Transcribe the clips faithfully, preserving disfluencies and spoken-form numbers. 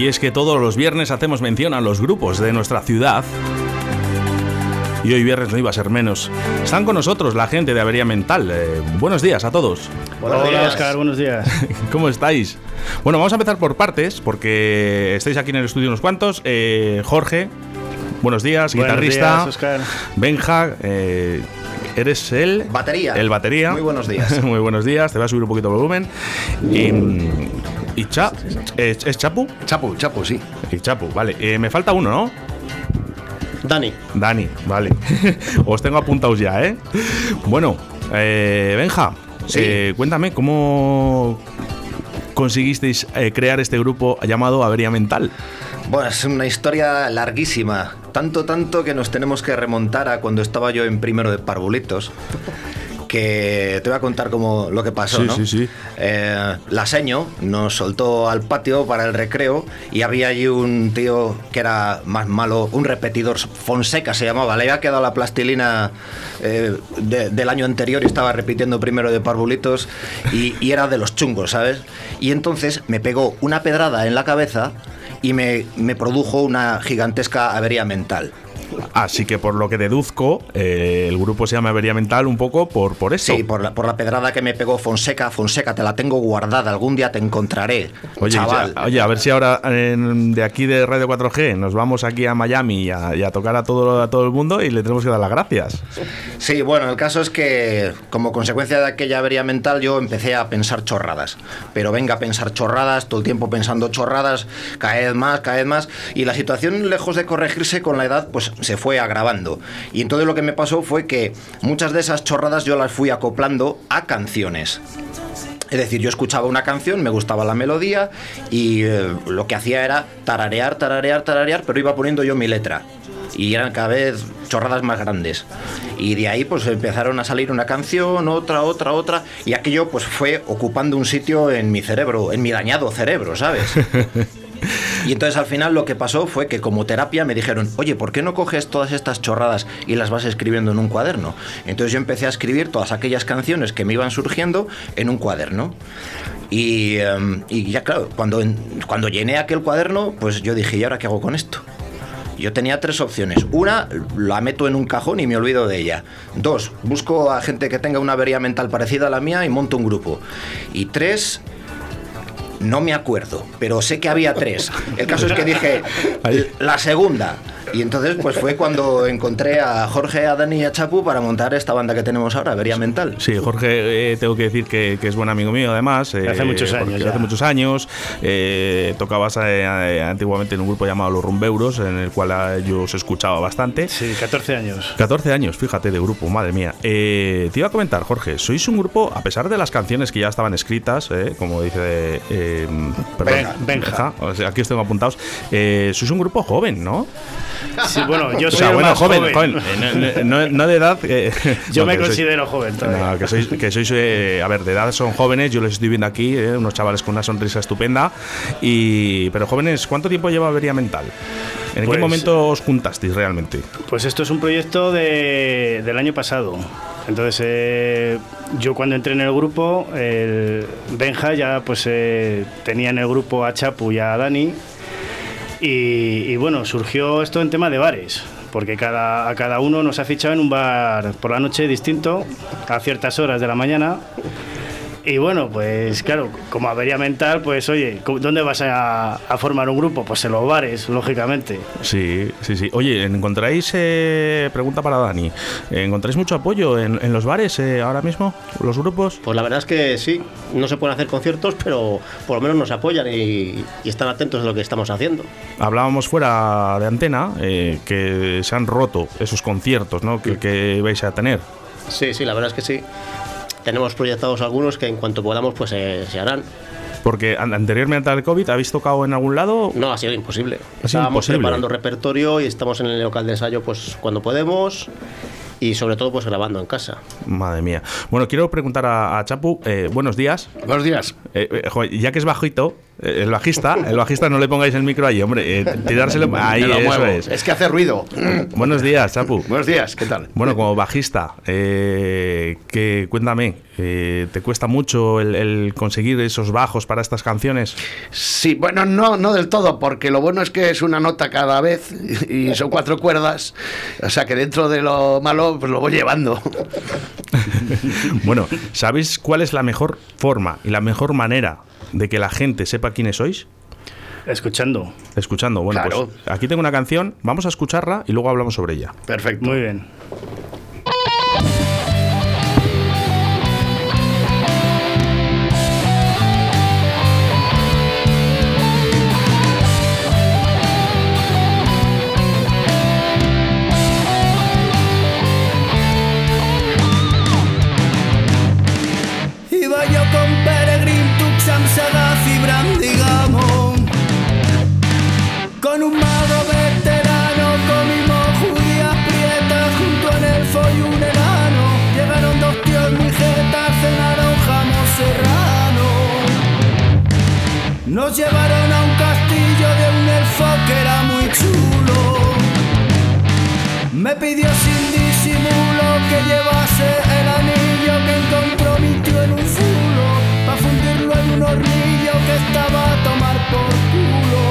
y es que todos los viernes hacemos mención a los grupos de nuestra ciudad. Y hoy viernes no iba a ser menos. Están con nosotros la gente de Avería Mental. Eh, buenos días a todos. Buenos días, Óscar, buenos días. ¿Cómo estáis? Bueno, vamos a empezar por partes, porque estáis aquí en el estudio unos cuantos. Eh, Jorge, buenos días, buenos guitarrista. Días, Óscar. Benja, eh, eres el... Batería. El batería. Muy buenos días. Muy buenos días, te voy a subir un poquito el volumen. Y... ¿Y Cha? ¿Es, ¿Es Chapu? Chapu, Chapu, sí. Y Chapu, vale. Eh, me falta uno, ¿no? Dani. Dani, vale. Os tengo apuntados ya, ¿eh? Bueno, eh, Benja, sí. eh, cuéntame, ¿cómo conseguisteis eh, crear este grupo llamado Avería Mental? Bueno, es una historia larguísima. Tanto, tanto que nos tenemos que remontar a cuando estaba yo en primero de parvulitos. Que te voy a contar cómo lo que pasó, sí, ¿no? Sí, sí, eh, La Seño nos soltó al patio para el recreo y había allí un tío que era más malo, un repetidor, Fonseca se llamaba, le había quedado la plastilina eh, de, del año anterior y estaba repitiendo primero de parvulitos y, y era de los chungos, ¿sabes? Y entonces me pegó una pedrada en la cabeza y me, me produjo una gigantesca avería mental. Así que por lo que deduzco, eh, el grupo se llama Avería Mental un poco por, por eso. Sí, por la, por la pedrada que me pegó Fonseca. Fonseca, te la tengo guardada, algún día te encontraré, oye, chaval. Ya, oye, a ver si ahora en, de aquí de Radio cuatro G nos vamos aquí a Miami y a, y a tocar a todo, a todo el mundo y le tenemos que dar las gracias. Sí, bueno, el caso es que como consecuencia de aquella avería mental yo empecé a pensar chorradas. Pero venga a pensar chorradas, todo el tiempo pensando chorradas, cada vez más, cada vez más. Y la situación, lejos de corregirse con la edad, pues se fue agravando. Y entonces lo que me pasó fue que muchas de esas chorradas yo las fui acoplando a canciones. Es decir, yo escuchaba una canción, me gustaba la melodía y eh, lo que hacía era tararear, tararear, tararear, pero iba poniendo yo mi letra. Y eran cada vez chorradas más grandes. Y de ahí pues empezaron a salir una canción, otra, otra, otra. Y aquello pues fue ocupando un sitio en mi cerebro, en mi dañado cerebro, ¿sabes? Y entonces al final lo que pasó fue que como terapia me dijeron, oye, ¿por qué no coges todas estas chorradas y las vas escribiendo en un cuaderno? Entonces yo empecé a escribir todas aquellas canciones que me iban surgiendo en un cuaderno. Y, um, y ya claro, cuando, cuando llené aquel cuaderno, pues yo dije, ¿y ahora qué hago con esto? Yo tenía tres opciones. Una, la meto en un cajón y me olvido de ella. Dos, busco a gente que tenga una avería mental parecida a la mía y monto un grupo. Y tres... no me acuerdo, pero sé que había tres. El caso es que dije la segunda. Y entonces pues fue cuando encontré a Jorge, a Dani y a Chapu para montar esta banda que tenemos ahora, Avería Mental. Sí, Jorge, eh, tengo que decir que, que es buen amigo mío además. Eh, hace muchos años ya. Hace muchos años. Eh, tocabas eh, antiguamente en un grupo llamado Los Rumbeuros, en el cual yo os escuchaba bastante. Sí, catorce años. catorce años, fíjate, de grupo, madre mía. Eh, te iba a comentar, Jorge, sois un grupo, a pesar de las canciones que ya estaban escritas, eh, como dice... Eh, perdón, Benja. Benja. O sea, aquí os tengo apuntados. Eh, sois un grupo joven, ¿no? Sí, bueno, yo soy o sea, el bueno, más joven, joven. joven. Eh, no, no, no de edad. Eh, yo no, me que considero sois, joven todavía. No, que sois, que sois eh, a ver, de edad son jóvenes. Yo les estoy viendo aquí, eh, unos chavales con una sonrisa estupenda. Y pero jóvenes, ¿cuánto tiempo lleva Avería Mental? ¿En pues, qué momento os juntasteis realmente? Pues esto es un proyecto de, del año pasado. Entonces, eh, yo cuando entré en el grupo, el Benja ya pues eh, tenía en el grupo a Chapu y a Dani. Y, y bueno, surgió esto en tema de bares, porque cada, a cada uno nos ha fichado en un bar por la noche distinto, a ciertas horas de la mañana. Y bueno, pues claro, como avería mental, pues oye, ¿dónde vas a, a formar un grupo? Pues en los bares, lógicamente. Sí, sí, sí. Oye, ¿encontráis, eh, pregunta para Dani, ¿encontráis mucho apoyo en, en los bares eh, ahora mismo, los grupos? Pues la verdad es que sí, no se pueden hacer conciertos, pero por lo menos nos apoyan y, y están atentos a lo que estamos haciendo. Hablábamos fuera de antena eh, que se han roto esos conciertos, ¿no? Que, que vais a tener. Sí, sí, la verdad es que sí. Tenemos proyectados algunos que en cuanto podamos pues eh, se harán. Porque anteriormente al COVID, ¿habéis tocado en algún lado? No, ha sido imposible. ¿Ha sido Estábamos imposible? preparando repertorio y estamos en el local de ensayo pues cuando podemos y sobre todo pues grabando en casa. Madre mía. Bueno, quiero preguntar a, a Chapu, eh, buenos días. Buenos días. Eh, eh, joder, ya que es bajito, El bajista, el bajista, no le pongáis el micro ahí, hombre. Eh, tirárselo. Ahí, eso muevo. es. Es que hace ruido. Buenos días, Chapu. Buenos días, ¿qué tal? Bueno, como bajista, eh, que, cuéntame, eh, ¿te cuesta mucho el, el conseguir esos bajos para estas canciones? Sí, bueno, no, no del todo, porque lo bueno es que es una nota cada vez y son cuatro cuerdas, o sea que dentro de lo malo pues lo voy llevando. Bueno, ¿sabéis cuál es la mejor forma y la mejor manera de que la gente sepa quiénes sois? Escuchando. Escuchando. Bueno, Claro. pues aquí tengo una canción, vamos a escucharla y luego hablamos sobre ella. Perfecto. Muy bien. Iba yo con Peregrin, Tuxam, Sagaz y Brandigamo, con un mago veterano, comimos judías prietas junto en el elfo y un enano. Llegaron dos tíos muy jetas, cenaron jamón serrano. Nos llevaron a un castillo de un elfo que era muy chulo. Me pidió sin disimulo que llevase el anillo que encontró mi tío en un zulo, pa' fundirlo en un hornillo que estaba a tomar por culo.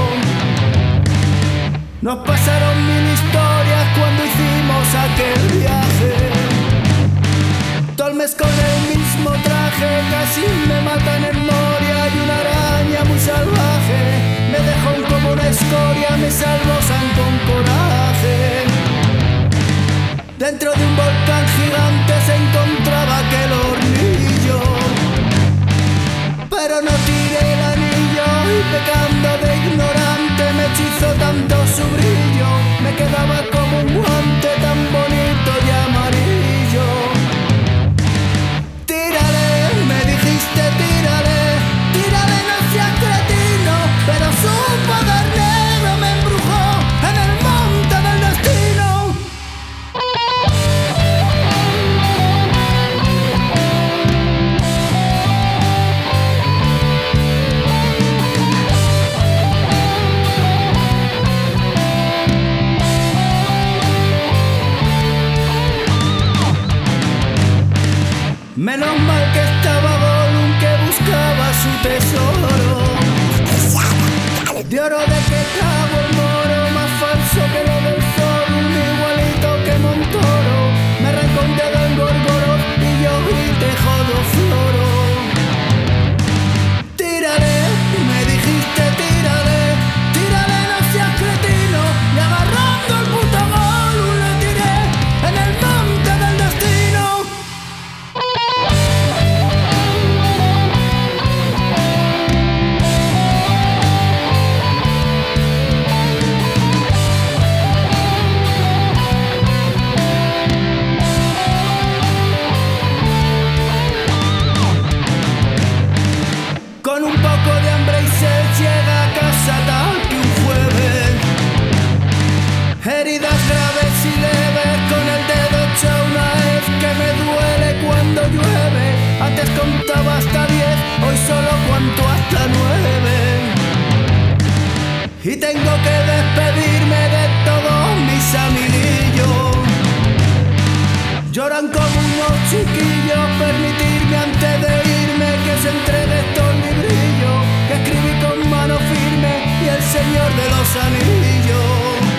Nos pasaron mil historias cuando hicimos aquel viaje. Todo el mes con el mismo traje, casi me matan en Moria, y una araña muy salvaje me dejó como una escoria, me salvó San con coraje. Dentro de un volcán gigante se encontraba aquel hornillo, pero no tiré el anillo y pecando de ignorante me hechizó tanto su brillo, me quedaba como un guante tan bonito y amarillo. Tírale, me dijiste tírale, tírale, no seas cretino, pero su poder negro me embrujó en el monte del destino. Menos mal que estaba Gollum que buscaba su tesoro. De oro de que cago el moro, más falso que lo del Forum, igualito que Montoro. Me arrancó un dedo en Gorgoro y yo grité jodo floro. Tírale, me dijiste tírale, tírale, no seas cretino. Y agarrando el puto Gollum le tiré en el monte del destino. Con un poco de hambre y sed llega a casa tal que un jueves. Heridas graves y leves, con el dedo hecho una vez que me duele cuando llueve. Antes contaba hasta diez, hoy solo cuento hasta nueve. Y tengo que despedirme de todos mis amiguillos. Lloran como unos chiquillos, permitirme antes de irme que se entregue estos librillos que escribí con mano firme y el Señor de los Anillos.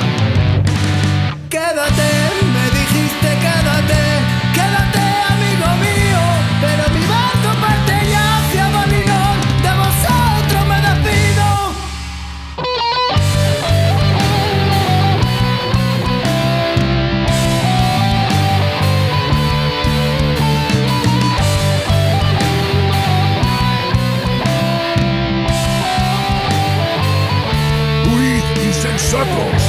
Quédate, me dijiste quédate, quédate amigo mío, pero mi barco parte ya hacia Valinor, de vosotros me despido. ¡Huid, insensatos!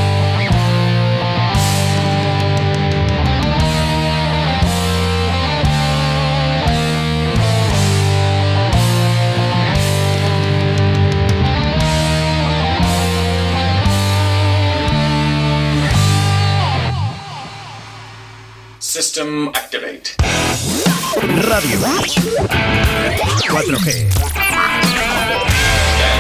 System activate. Radio cuatro G.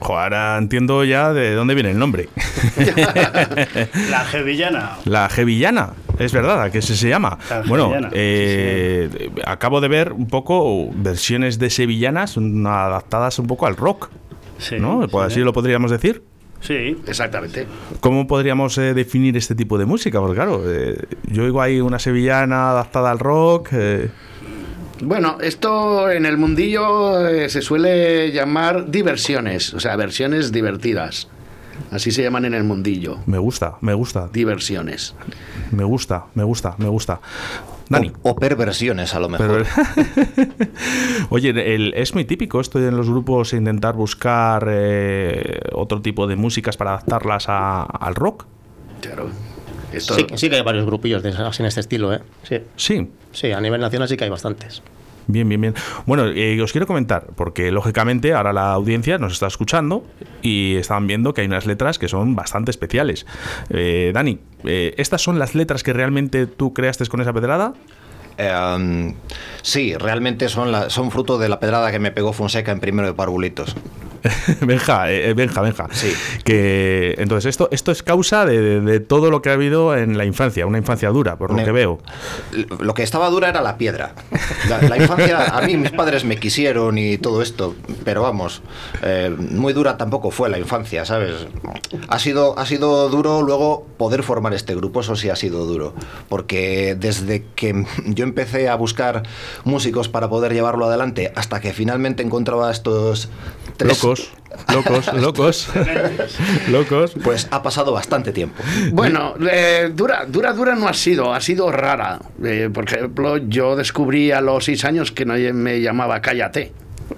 Jo, ahora entiendo ya de dónde viene el nombre. La Gevillana. La Gevillana, es verdad, ¿a qué se, se llama? La Bueno, Gevillana, eh, sí, sí. acabo de ver un poco versiones de sevillanas adaptadas un poco al rock, Sí, ¿no? sí, Pues así lo podríamos decir. Sí. Exactamente. ¿Cómo podríamos eh, definir este tipo de música? Porque claro, eh, yo oigo ahí una sevillana adaptada al rock. Eh. Bueno, esto en el mundillo eh, se suele llamar diversiones, o sea, versiones divertidas. Así se llaman en el mundillo. Me gusta, me gusta, Diversiones. me gusta, me gusta, me gusta. Dani. O, o perversiones, a lo mejor. Pero- Oye, el- es muy típico esto en los grupos intentar buscar eh, otro tipo de músicas para adaptarlas a- al rock. Claro. Esto, Sí, sí que hay varios grupillos de, así en este estilo, ¿eh? Sí. Sí. Sí, a nivel nacional sí que hay bastantes. Bien, bien, bien. Bueno, eh, os quiero comentar, porque lógicamente ahora la audiencia nos está escuchando y están viendo que hay unas letras que son bastante especiales. Eh, Dani, eh, ¿estas son las letras que realmente tú creaste con esa pedrada? Eh, um, sí, realmente son, la, son fruto de la pedrada que me pegó Fonseca en primero de parvulitos. Benja, eh, Benja, Benja. Sí. Que, entonces, esto, esto es causa de, de- de todo lo que ha habido en la infancia, una infancia dura, por lo Ne- que veo. Lo que estaba dura era la piedra. La, la infancia, a mí mis padres me quisieron y todo esto, pero vamos, eh, muy dura tampoco fue la infancia, ¿sabes? Ha sido, ha sido duro luego poder formar este grupo, eso sí ha sido duro, porque desde que yo empecé a buscar músicos para poder llevarlo adelante hasta que finalmente encontraba estos tres... Locos, locos, locos, locos. Pues ha pasado bastante tiempo. Bueno, eh, dura, dura, dura no ha sido, ha sido rara. Eh, por ejemplo, yo descubrí a los seis años que nadie me llamaba Cállate.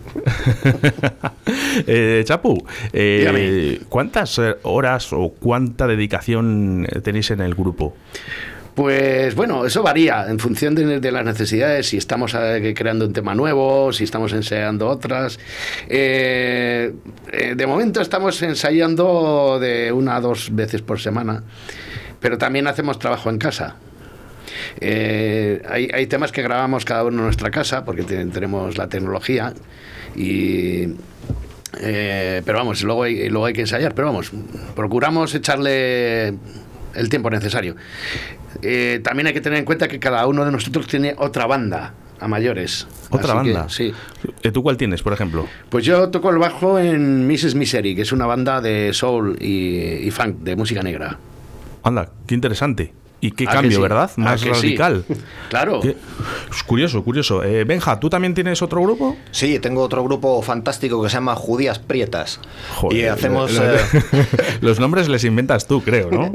eh, Chapu, eh, Dígame. ¿cuántas eh, horas o cuánta dedicación eh, tenéis en el grupo? Pues bueno, eso varía en función de, de las necesidades, si estamos eh, creando un tema nuevo, si estamos ensayando otras. Eh, eh, de momento estamos ensayando de una a dos veces por semana, pero también hacemos trabajo en casa. Eh, hay, hay temas que grabamos cada uno en nuestra casa porque te- tenemos la tecnología y... eh, pero vamos, luego hay, luego hay que ensayar, pero vamos, procuramos echarle el tiempo necesario. Eh, también hay que tener en cuenta que cada uno de nosotros tiene otra banda a mayores. ¿Otra Así que, banda? sí. Eh, ¿Tú cuál tienes, por ejemplo? Pues yo toco el bajo en missus Misery, que es una banda de soul y, y funk, de música negra. Anda, qué interesante. Y qué ¿A que cambio, sí? ¿verdad? ¿A Más que sí? radical. Claro. Qué- es curioso, curioso. Eh, Benja, ¿tú también tienes otro grupo? Sí, tengo otro grupo fantástico que se llama Judías Prietas. Joder, y hacemos... lo- lo- eh, Los nombres les inventas tú, creo, ¿no?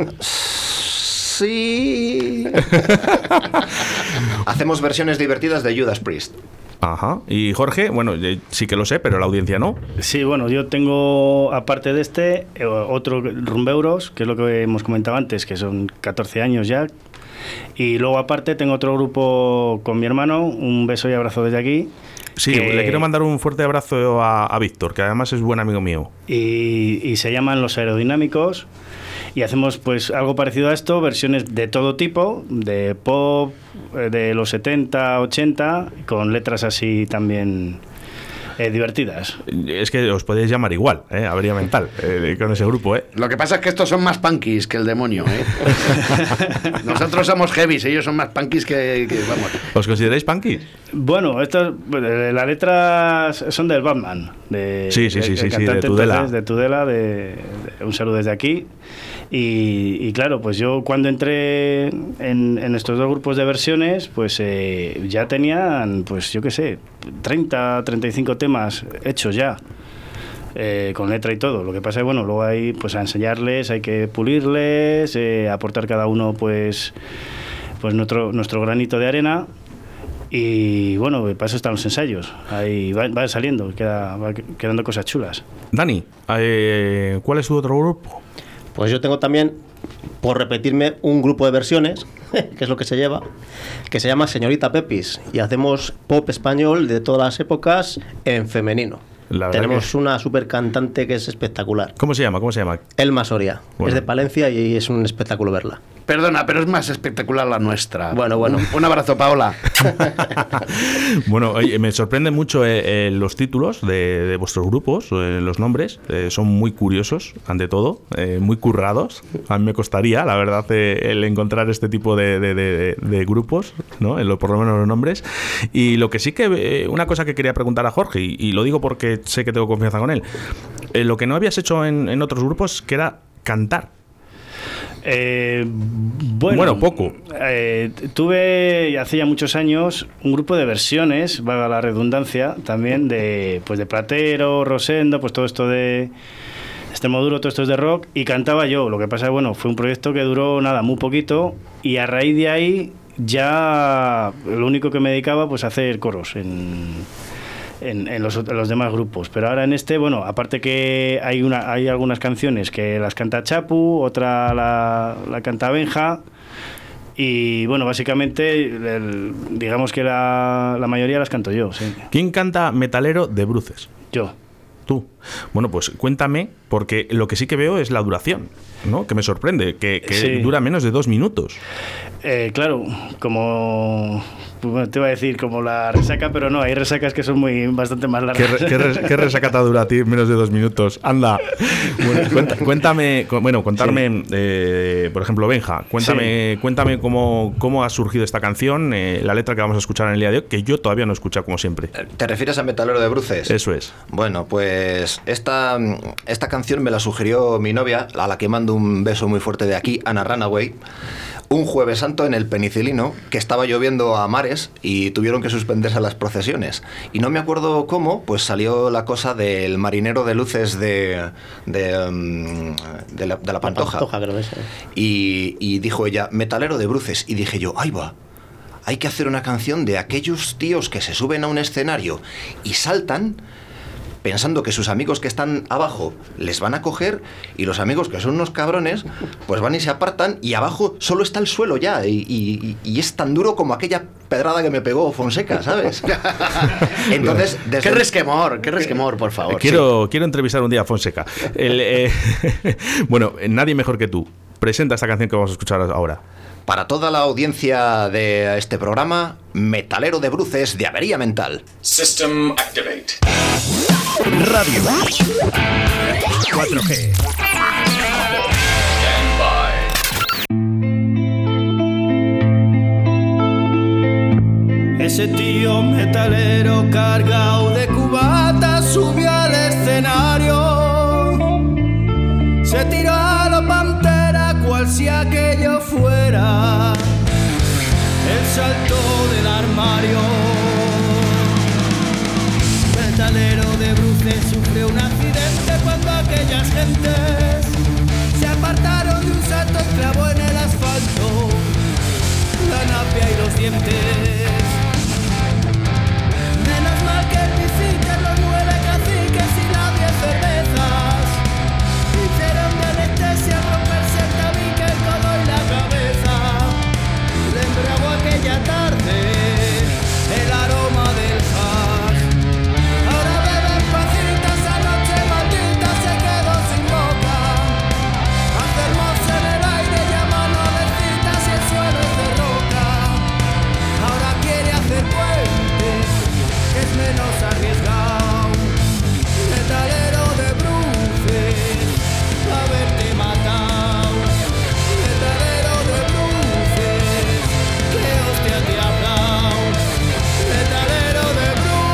Sí. Hacemos versiones divertidas de Judas Priest. Ajá. Y Jorge, bueno, eh, sí que lo sé, pero la audiencia no. Sí, bueno, yo tengo, aparte de este, eh, otro Rumbeuros, que es lo que hemos comentado antes, que son catorce años ya. Y luego, aparte, tengo otro grupo con mi hermano, un beso y abrazo desde aquí. Sí, que- le quiero mandar un fuerte abrazo a, a Víctor, que además es buen amigo mío. Y, y se llaman Los Aerodinámicos. Y hacemos pues algo parecido a esto, versiones de todo tipo, de pop, eh, de los setenta, ochenta, con letras así también eh, divertidas. Es que os podéis llamar igual, ¿eh? Avería mental, eh, con ese grupo, ¿eh? Lo que pasa es que estos son más punkis que el demonio, ¿eh? Nosotros somos heavies, ellos son más punkis que, que vamos. ¿Os consideráis punky? Bueno, estas, eh, las letras son del Batman. De, Sí, sí, de- sí, el sí, sí, de cantante Tudela. entonces, de Tudela, de, de- un saludo desde aquí. Y, y claro, pues yo cuando entré en, en estos dos grupos de versiones, pues eh, ya tenían, pues yo qué sé, treinta, treinta y cinco temas hechos ya. Eh, con letra y todo. Lo que pasa es, bueno, luego hay pues a enseñarles, hay que pulirles, eh, aportar cada uno pues, pues nuestro, nuestro granito de arena. Y bueno, para eso están los ensayos. Ahí van, van saliendo, queda, va quedando cosas chulas. Dani, eh, ¿cuál es tu otro grupo? Pues yo tengo también, por repetirme, un grupo de versiones, que es lo que se lleva, que se llama Señorita Pepis, y hacemos pop español de todas las épocas en femenino. La verdad Tenemos que- una super cantante que es espectacular. ¿Cómo se llama? ¿Cómo se llama? Elma Soria. Bueno. Es de Palencia y es un espectáculo verla. Perdona, pero es más espectacular la nuestra. Bueno, bueno. Un, un abrazo, Paola. Bueno, oye, me sorprende mucho eh, eh, los títulos de, de vuestros grupos, eh, los nombres. Eh, son muy curiosos, ante todo, eh, muy currados. A mí me costaría, la verdad, eh, el encontrar este tipo de, de, de, de grupos, ¿no? En lo, por lo menos los nombres. Y lo que sí que, eh, una cosa que quería preguntar a Jorge, y, y lo digo porque sé que tengo confianza con él, eh, lo que no habías hecho en, en otros grupos, que era cantar. Eh, bueno, Bueno, poco. Eh, tuve hace ya muchos años un grupo de versiones, valga la redundancia, también de pues de Platero, Rosendo, pues todo esto de Extremoduro, todo esto es de rock, y cantaba yo. Lo que pasa es bueno, fue un proyecto que duró nada, muy poquito, y a raíz de ahí ya lo único que me dedicaba pues a hacer coros en En, en, los, en los demás grupos, pero ahora en este, bueno, aparte que hay una hay algunas canciones que las canta Chapu, otra la, la canta Benja, y bueno, básicamente el, digamos que la, la mayoría las canto yo, sí. ¿Quién canta Metalero de Bruces? Yo. Tú. Bueno, pues cuéntame, porque lo que sí que veo es la duración, ¿no? Que me sorprende, que, que Sí. dura menos de dos minutos. Eh, claro, como bueno, te iba a decir como la resaca, pero no, hay resacas que son muy bastante más ¿Qué, largas. re- qué, res- qué resacata dura a ti menos de dos minutos? Anda. Bueno, cuenta- cuéntame, cu- bueno, contarme, sí. eh, por ejemplo, Benja, cuéntame, sí. cuéntame cómo, cómo ha surgido esta canción, eh, la letra que vamos a escuchar en el día de hoy, que yo todavía no he escuchado como siempre. ¿Te refieres a Metalero de Bruces? Eso es. Bueno, pues esta, esta canción me la sugirió mi novia, a la que mando un beso muy fuerte de aquí, Ana Runaway. Un Jueves Santo en el Penicilino, que estaba lloviendo a mares y tuvieron que suspenderse las procesiones. Y no me acuerdo cómo, pues salió la cosa del marinero de luces de, de, um, de, la, de la Pantoja. La Pantoja, creo que es, ¿eh? y, y dijo ella, Metalero de Bruces. Y dije yo, ahí va, hay que hacer una canción de aquellos tíos que se suben a un escenario y saltan pensando que sus amigos que están abajo les van a coger, y los amigos que son unos cabrones pues van y se apartan, y abajo solo está el suelo ya, y, y, y es tan duro como aquella pedrada que me pegó Fonseca, ¿sabes? Entonces, desde... qué resquemor, qué resquemor, por favor. Quiero, sí. quiero entrevistar un día a Fonseca. El, eh, bueno, nadie mejor que tú. Presenta esta canción que vamos a escuchar ahora. Para toda la audiencia de este programa, Metalero de Bruces de Avería Mental. System activate. Radio cuatro G. Stand by. Ese tío metalero cargado de cubatas subió al escenario. Se tiró a la pantera cual si aquello fuera el salto del armario. Metalero de Bruces sufrió un accidente cuando aquellas gentes se apartaron de un salto y clavó en el asfalto la napia y los dientes. Menos mal que el visite los nueve caciques y las diez cervezas hicieron de anestesia romperse el tabique, el codo y la cabeza. Le embriagó aquella tarde el aroma del hash. Ahora beben pajitas, anoche maldita se quedó sin boca. Hace hermoso en el aire, llama nuevecitas y el suelo es de roca. Ahora quiere hacer puentes, que es menos arriesgado. Metalero de Bruces, haberte matado. Metalero de Bruces, que hostia te ha dado. Metalero de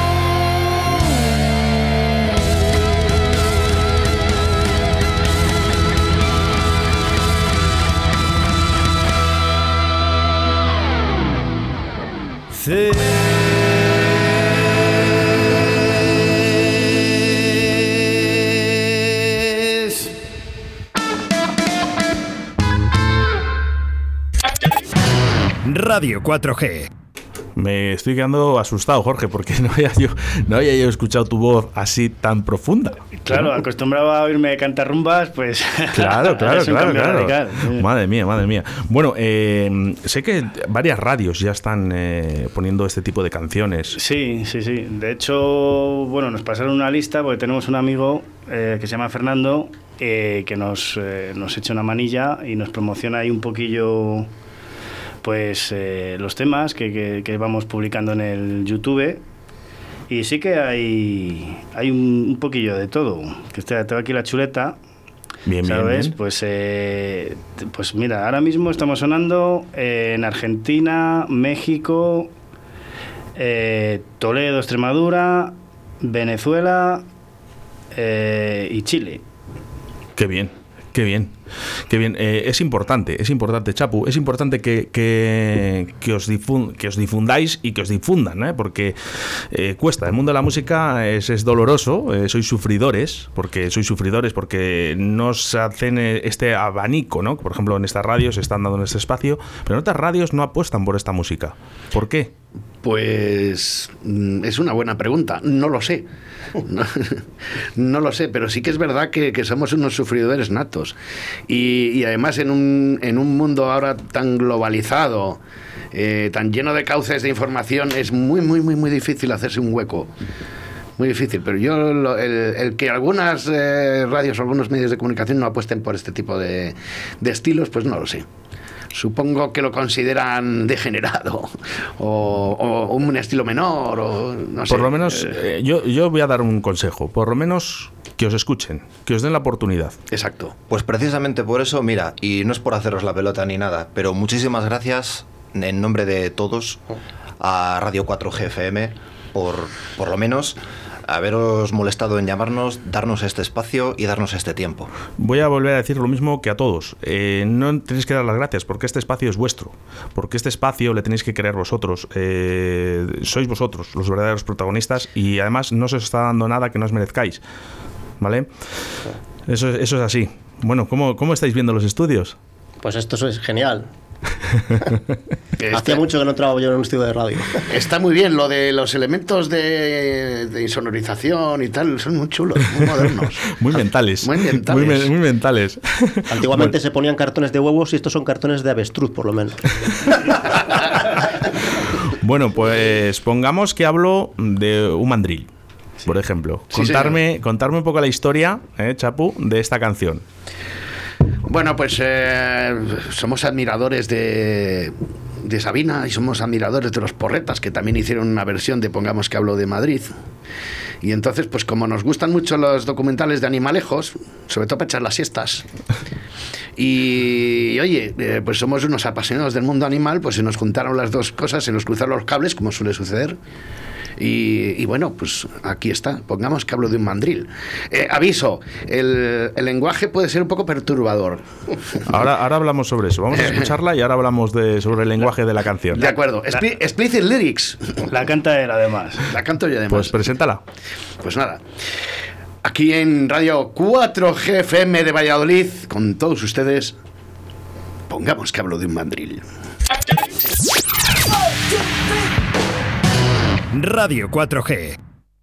Bruces. Radio cuatro G. Me estoy quedando asustado, Jorge, porque no había yo, no había yo escuchado tu voz así tan profunda. Claro, ¿no? Acostumbrado a oírme cantar rumbas, pues... Claro, claro, claro, claro. Radical. Madre mía, madre mía. Bueno, eh, sé que varias radios ya están eh, poniendo este tipo de canciones. Sí, sí, sí. De hecho, bueno, nos pasaron una lista porque tenemos un amigo eh, que se llama Fernando, eh, que nos, eh, nos echa una manilla y nos promociona ahí un poquillo... pues eh, los temas que, que, que vamos publicando en el YouTube, y sí que hay hay un, un poquillo de todo. Que está, tengo aquí la chuleta, bien, ¿sabes? Bien, bien. Pues, eh, pues mira, ahora mismo estamos sonando eh, en Argentina, México, eh, Toledo, Extremadura, Venezuela eh, y Chile. Qué bien. Qué bien, qué bien. Eh, es importante, es importante, Chapu, es importante que, que, que, os, difun, que os difundáis y que os difundan, ¿eh? Porque eh, cuesta. El mundo de la música es, es doloroso, eh, sois sufridores, porque sois sufridores, porque no os hacen este abanico, ¿no? Por ejemplo, en estas radios se están dando en este espacio, pero en otras radios no apuestan por esta música. ¿Por qué? Pues es una buena pregunta, no lo sé. No, no lo sé, pero sí que es verdad que, que somos unos sufridores natos. Y, y además en un, en un mundo ahora tan globalizado, eh, tan lleno de cauces de información, es muy, muy, muy, muy difícil hacerse un hueco. Muy difícil, pero yo lo, el, el que algunas eh, radios o algunos medios de comunicación no apuesten por este tipo de, de estilos, pues no lo sé. Supongo que lo consideran degenerado o, o un estilo menor o no sé. Por lo menos, eh, yo, yo voy a dar un consejo. Por lo menos que os escuchen, que os den la oportunidad. Exacto. Pues precisamente por eso, mira, y no es por haceros la pelota ni nada, pero muchísimas gracias en nombre de todos a Radio cuatro G F M por, por lo menos, haberos molestado en llamarnos, darnos este espacio y darnos este tiempo. Voy a volver a decir lo mismo que a todos. Eh, no tenéis que dar las gracias porque este espacio es vuestro, porque este espacio le tenéis que crear vosotros. Eh, sois vosotros los verdaderos protagonistas y además no se os está dando nada que no os merezcáis, ¿vale? Eso, eso es así. Bueno, ¿cómo, cómo estáis viendo los estudios? Pues esto es genial. Este, Hacía mucho que no trabajaba yo en un estudio de radio. Está muy bien, lo de los elementos de, de insonorización y tal, son muy chulos, muy modernos. Muy mentales. Muy mentales. Muy, muy mentales. Antiguamente Bueno. se ponían cartones de huevos y estos son cartones de avestruz, por lo menos. Bueno, pues pongamos que hablo de un mandril, por ejemplo. Sí, contarme, contarme un poco la historia, eh, Chapu, de esta canción. Bueno, pues eh, somos admiradores de, de Sabina y somos admiradores de los Porretas, que también hicieron una versión de Pongamos que hablo de Madrid. Y entonces, pues como nos gustan mucho los documentales de animalejos, sobre todo para echar las siestas, y, y oye, eh, pues somos unos apasionados del mundo animal, pues se nos juntaron las dos cosas, se nos cruzaron los cables, como suele suceder. Y, y bueno, pues aquí está, pongamos que hablo de un mandril. Eh, aviso, el, el lenguaje puede ser un poco perturbador. Ahora, ahora hablamos sobre eso. Vamos a escucharla y ahora hablamos de, sobre el lenguaje de la canción. De acuerdo, Expli- explicit lyrics. La canta él, además. La canto yo además. Pues preséntala. Pues nada, aquí en Radio cuatro G F M de Valladolid, con todos ustedes, pongamos que hablo de un mandril. Radio cuatro G.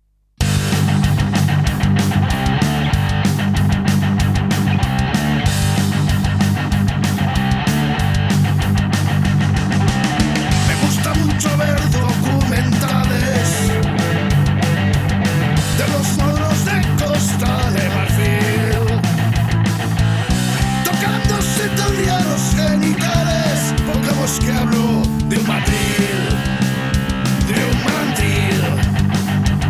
Me gusta mucho ver documentales de los moros de Costa de Marfil, tocándose todavía los genitales. Pongamos que hablo de un mandril, de un mandril.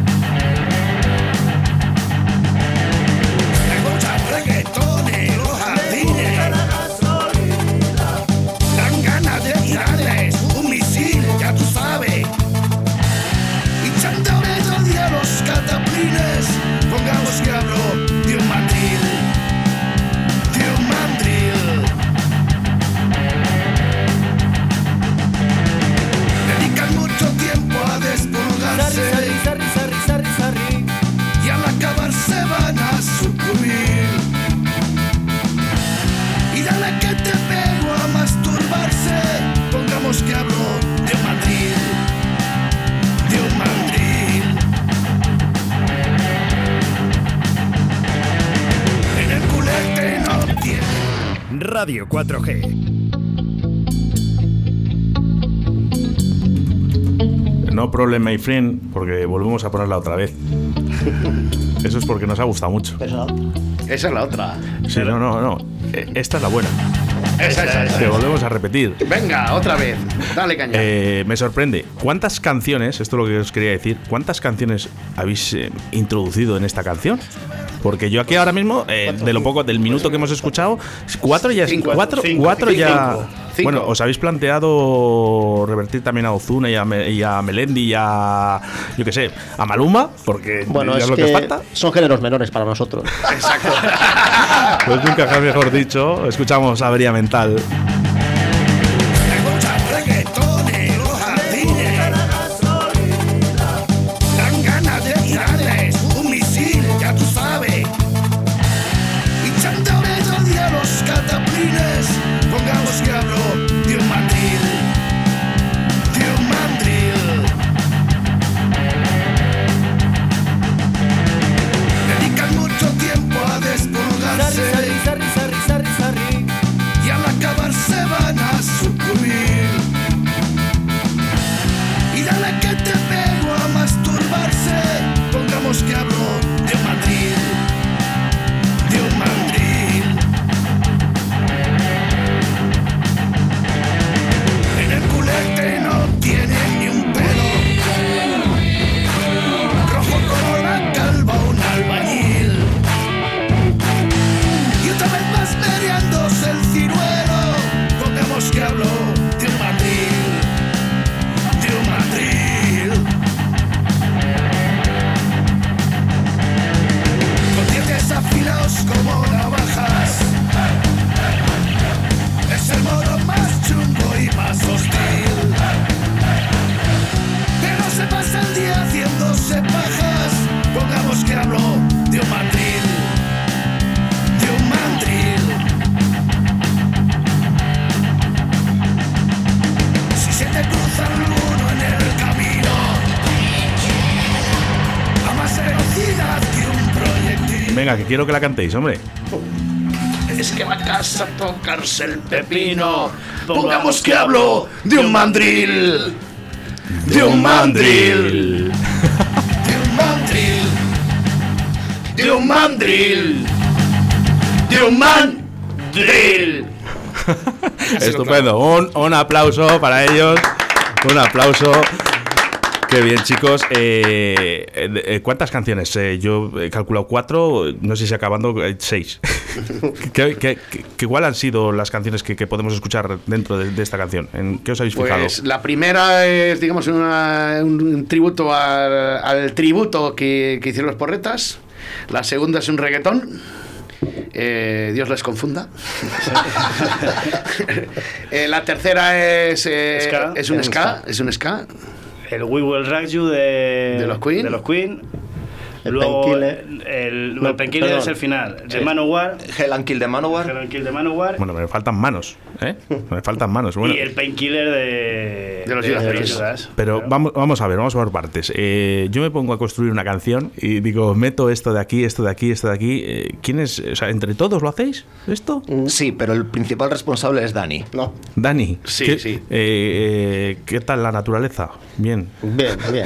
Radio cuatro G. No problem, my friend, porque volvemos a ponerla otra vez. Eso es porque nos ha gustado mucho. Pero Esa es la otra. Sí, no, no, no. Esta es la buena. Esa, esa, esa. Que volvemos a repetir. Venga, otra vez. Dale caña. Eh, me sorprende. ¿Cuántas canciones, esto es lo que os quería decir, cuántas canciones habéis eh, introducido en esta canción? Porque yo aquí ahora mismo, eh, de lo poco, del minuto que hemos escuchado, cuatro ya, Cinco, cuatro, cinco, cuatro cinco, ya. cinco. Bueno, os habéis planteado revertir también a Ozuna y a, Me- y a Melendi y a, yo qué sé, a Maluma, porque bueno, ya es es lo que, que falta. son géneros menores para nosotros. Exacto. Pues nunca mejor dicho, escuchamos Avería Mental. Escucha reggaetón en los jardines. Dan ganas de tirarles un misil, ya tú sabes. Hinchando melodía a los cataplines. Pongamos que hablo de un mandril. De un mandril. Dedican mucho tiempo a despolgarse. Y al acabar se van a sucumbir. Y dale que te pego a masturbarse. Pongamos que hablo de un mandril. De un mandril. En el culete no tiene ni un pelo. Rojo como la calva un albañil. Y otra vez más mediándose el ciruelo. Pongamos que hablo de un mandril. De un mandril. Con dientes afilados como navajas. Es el modo más chungo y más hostil. Pero se pasa el día haciéndose pajas. Pongamos que hablo de un mandril. De un mandril. Si se te cruza alguno en el camino, a más velocidad que un proyectil. Venga, que quiero que la cantéis, hombre. Es que va a casa a tocarse el pepino. Pongamos que hablo de un mandril. De un mandril. De un mandril. De un mandril. De un mandril. Estupendo. Un, un aplauso para ellos. Un aplauso. Qué bien, chicos. Eh, eh, ¿Cuántas canciones? Eh, yo he calculado cuatro, no sé si acabando eh, seis. ¿Qué, qué, qué, qué- ¿Cuál han sido las canciones que, que podemos escuchar dentro de, de esta canción? ¿En qué os habéis fijado? Pues la primera es, digamos, una- un, un tributo al, al tributo que, que hicieron los Porretas. La segunda es un reggaetón. Eh, Dios les confunda. Eh, la tercera es, eh, Ska. es un Es un ska, ska. es un ska. El We Will Rock You de, De los Queen. De los Queen. El Luego, Painkiller. el, el, No, el Painkiller perdón. es el final. De Manowar. Hell and Kill de Manowar. El Kill de Manowar. Bueno, me faltan manos, ¿eh? Me faltan manos. Bueno, Y el Painkiller de, De los Judas Priest. Judas. pero Claro. vamos, vamos a ver, vamos por partes. Eh, yo me pongo a construir una canción y digo, meto esto de aquí, esto de aquí, esto de aquí. Eh, ¿Quién es? O sea, ¿entre todos lo hacéis esto? Sí, pero el principal responsable es Dani. No. Dani. Sí, ¿qué, sí. eh, eh, ¿Qué tal la naturaleza? Bien. Bien, bien.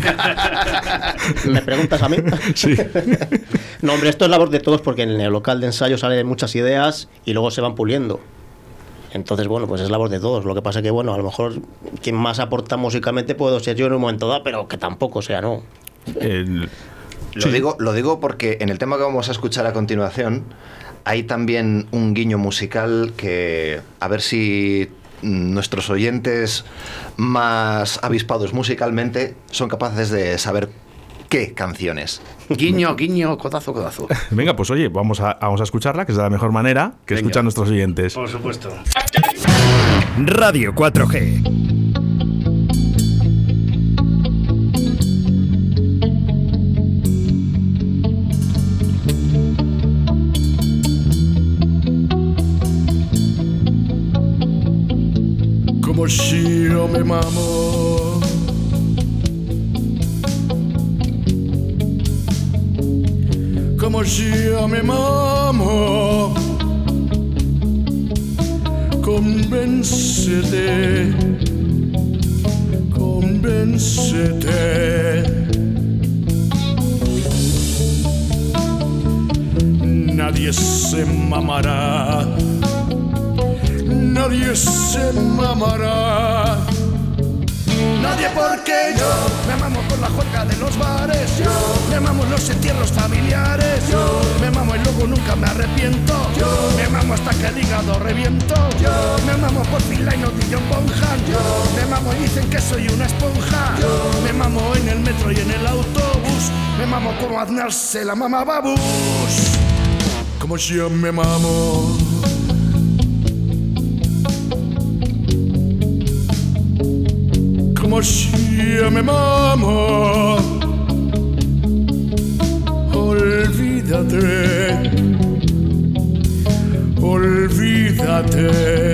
¿Me preguntas a mí? Sí. No, hombre, esto es labor de todos porque en el local de ensayo salen muchas ideas y luego se van puliendo. Entonces, bueno, pues es labor de todos. Lo que pasa que, bueno, a lo mejor quien más aporta musicalmente puedo ser yo en un momento dado, pero que tampoco sea, ¿no? El- Lo, Sí. digo, lo digo porque en el tema que vamos a escuchar a continuación hay también un guiño musical que a ver si mm, nuestros oyentes más avispados musicalmente son capaces de saber qué canciones. Guiño, guiño, codazo, codazo. Venga, pues oye, vamos a, vamos a escucharla, que es de la mejor manera que Venga. escuchan nuestros oyentes. Por supuesto. Radio cuatro G. Como si yo me mamo. Como si yo me mamo. Convéncete, convéncete. Nadie se mamará, nadie se mamará. Nadie porque yo me mamo con la juerga de los bares, yo me mamo en los entierros familiares, yo me mamo y luego nunca me arrepiento, yo me mamo hasta que el hígado reviento, yo me mamo por Finline o John Bonham, yo me mamo y dicen que soy una esponja, yo me mamo en el metro y en el autobús, me mamo como Aznar se la mama Babús, como yo me mamo. Como yo me mamo, olvídate, olvídate.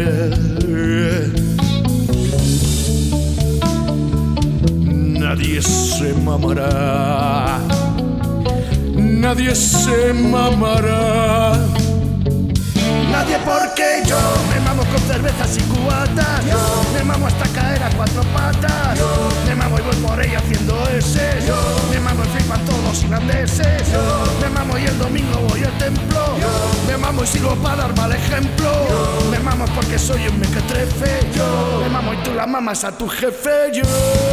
Nadie se mamará, nadie se mamará. Nadie porque yo me mamo con cervezas y cubatas, yo me mamo hasta caer a cuatro patas, yo me mamo y voy por ahí haciendo ese, yo me mamo y flipan todos los irlandeses, yo me mamo y el domingo voy al templo, yo me mamo y sirvo para dar mal ejemplo, yo me mamo porque soy un mequetrefe, yo me mamo y tú la mamas a tu jefe, yo.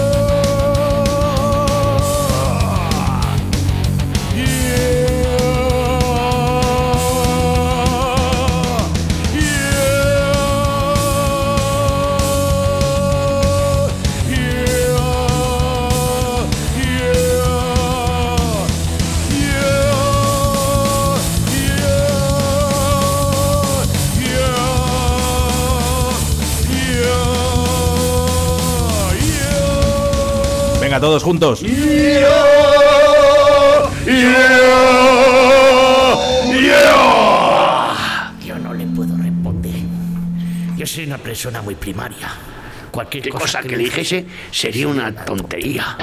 Venga, todos juntos. Yeah, yeah, yeah. Yo no le puedo responder. Yo soy una persona muy primaria. Cualquier cosa, cosa que, que le dijese sería una tontería.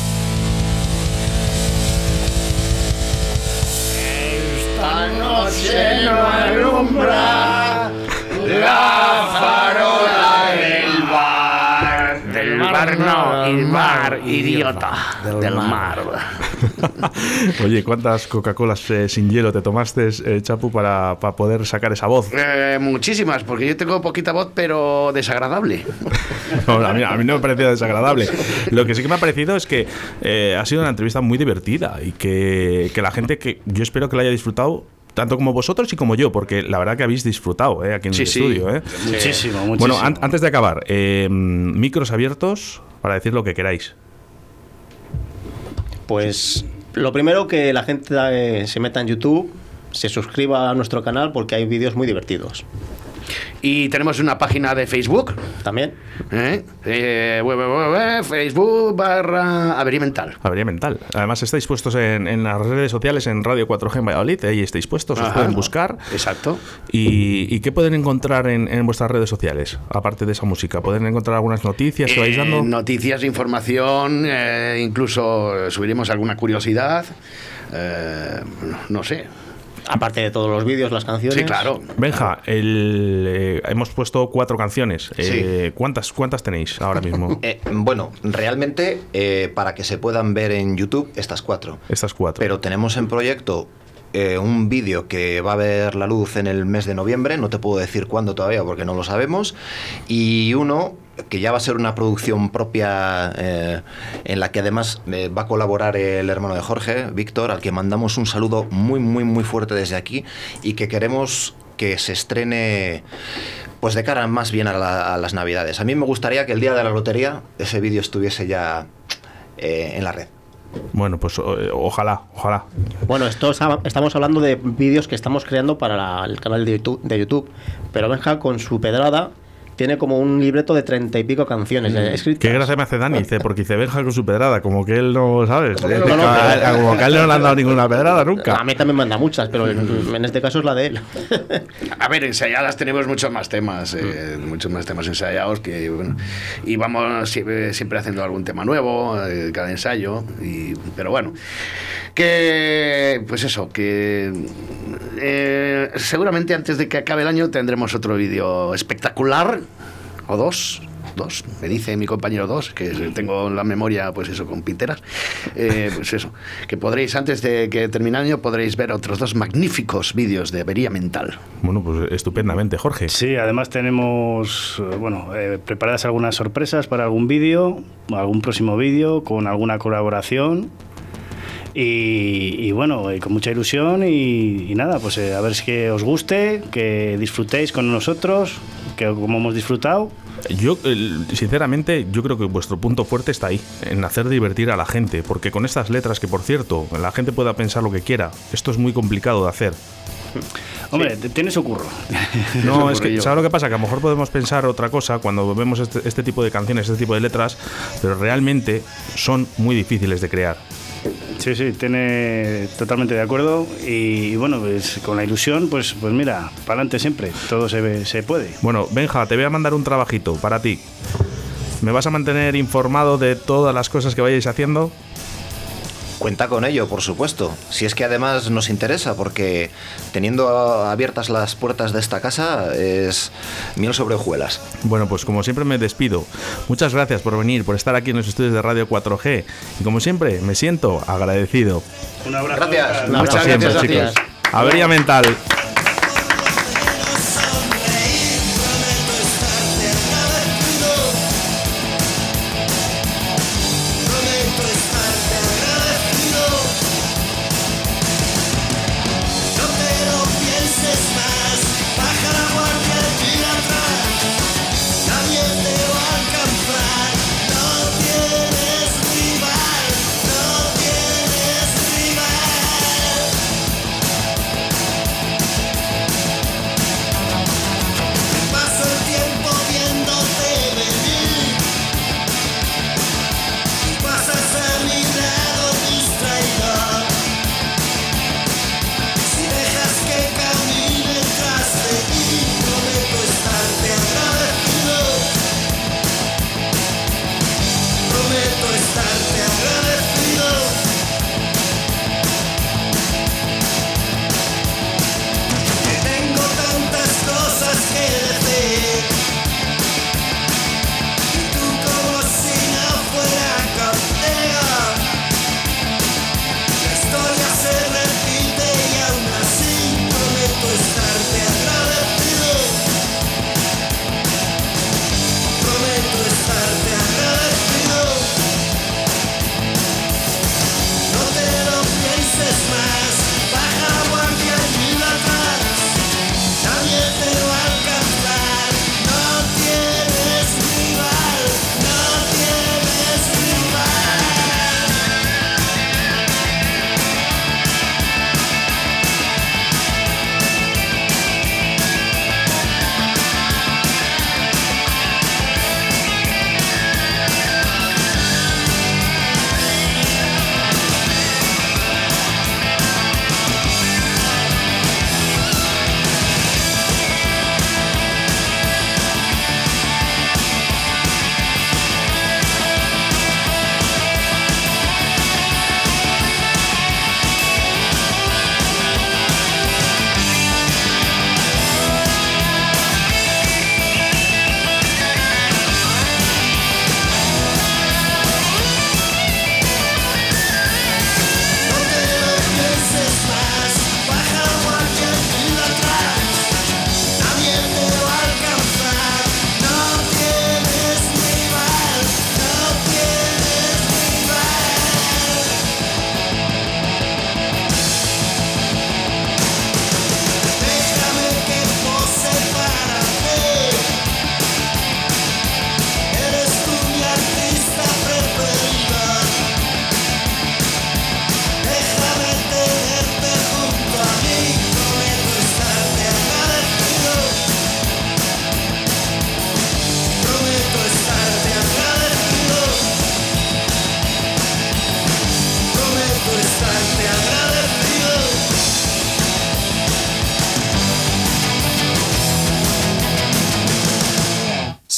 Esta noche no alumbra la farola del bar. Del bar no, el mar, idiota. Del, del mar. Oye, ¿cuántas Coca-Colas eh, sin hielo te tomaste, eh, Chapu, para, para poder sacar esa voz? Eh, muchísimas, porque yo tengo poquita voz, pero desagradable. No, a, mí, a mí no me ha parecido desagradable. Lo que sí que me ha parecido es que eh, ha sido una entrevista muy divertida y que, que la gente, que yo espero que la haya disfrutado tanto como vosotros y como yo, porque la verdad que habéis disfrutado eh, aquí en sí, el sí. estudio. Eh. Muchísimo, muchísimo. Bueno, an- antes de acabar, eh, micros abiertos para decir lo que queráis. Pues lo primero, que la gente eh, se meta en YouTube, se suscriba a nuestro canal porque hay vídeos muy divertidos. Y tenemos una página de Facebook. También. ¿Eh? Eh, web, web, web, Facebook barra Avería Mental. Avería Mental. Además estáis puestos en, en las redes sociales, en Radio cuatro G en Valladolid, ahí estáis puestos, os Ajá. pueden buscar. Exacto. ¿Y, y qué pueden encontrar en, en vuestras redes sociales, aparte de esa música? ¿Pueden encontrar algunas noticias que vais Eh, dando? noticias, información, eh, incluso subiremos alguna curiosidad. Eh, no sé. Aparte de todos los vídeos, las canciones. Sí, claro. Benja, el, eh, hemos puesto cuatro canciones. Eh, Sí. ¿cuántas, ¿Cuántas tenéis ahora mismo? Eh, bueno, realmente eh, para que se puedan ver en YouTube estas cuatro. Estas cuatro. Pero tenemos en proyecto eh, un vídeo que va a ver la luz en el mes de noviembre, no te puedo decir cuándo todavía porque no lo sabemos, y uno que ya va a ser una producción propia eh, en la que además eh, va a colaborar el hermano de Jorge, Víctor, al que mandamos un saludo muy, muy, muy fuerte desde aquí y que queremos que se estrene pues de cara más bien a, la, a las Navidades. A mí me gustaría que el día de la lotería ese vídeo estuviese ya eh, en la red. Bueno, pues o- ojalá, ojalá. Bueno, esto está- estamos hablando de vídeos que estamos creando para la- el canal de YouTube, de YouTube. Pero Benja, con su pedrada, tiene como un libreto de treinta y pico canciones. Mm. Escritas. Qué gracia me hace Dani, dice, porque dice Benja con su pedrada, como que él no, ¿sabes? No, no, no, a, como que a él no le han dado ninguna pedrada nunca. A mí también me han dado muchas, pero en, en este caso es la de él. A ver, ensayadas tenemos muchos más temas, eh, muchos más temas ensayados que, bueno, y vamos siempre, siempre haciendo algún tema nuevo, eh, cada ensayo, y, pero bueno, que, pues eso, que eh, seguramente antes de que acabe el año tendremos otro vídeo espectacular, o dos, dos, me dice mi compañero dos, que tengo la memoria, pues eso, con pinteras, eh, pues eso, que podréis, antes de que termine el año, podréis ver otros dos magníficos vídeos de Avería Mental. Bueno, pues estupendamente, Jorge. Sí, además tenemos, bueno, eh, preparadas algunas sorpresas para algún vídeo, algún próximo vídeo, con alguna colaboración. Y, y bueno, eh, con mucha ilusión y, y nada, pues eh, a ver si que os guste, que disfrutéis con nosotros, que como hemos disfrutado. Yo, sinceramente, yo creo que vuestro punto fuerte está ahí, en hacer divertir a la gente, porque con estas letras, que por cierto, la gente pueda pensar lo que quiera, esto es muy complicado de hacer. Hombre, sí. Tiene su curro. No, es que, ¿sabes lo que pasa? Que a lo mejor podemos pensar otra cosa cuando vemos este, este tipo de canciones, este tipo de letras, pero realmente son muy difíciles de crear. Sí, sí, tiene totalmente de acuerdo y, y bueno, pues con la ilusión, pues pues mira, para adelante siempre, todo se, se puede. Bueno, Benja, te voy a mandar un trabajito para ti. ¿Me vas a mantener informado de todas las cosas que vayáis haciendo? Cuenta con ello, por supuesto. Si es que además nos interesa, porque teniendo abiertas las puertas de esta casa es miel sobre hojuelas. Bueno, pues como siempre me despido. Muchas gracias por venir, por estar aquí en los estudios de Radio cuatro G. Y como siempre, me siento agradecido. Un abrazo. Gracias. Muchas siempre, gracias, chicos. gracias. Avería Mental.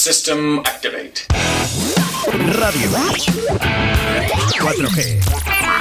System activate. Radio cuatro G.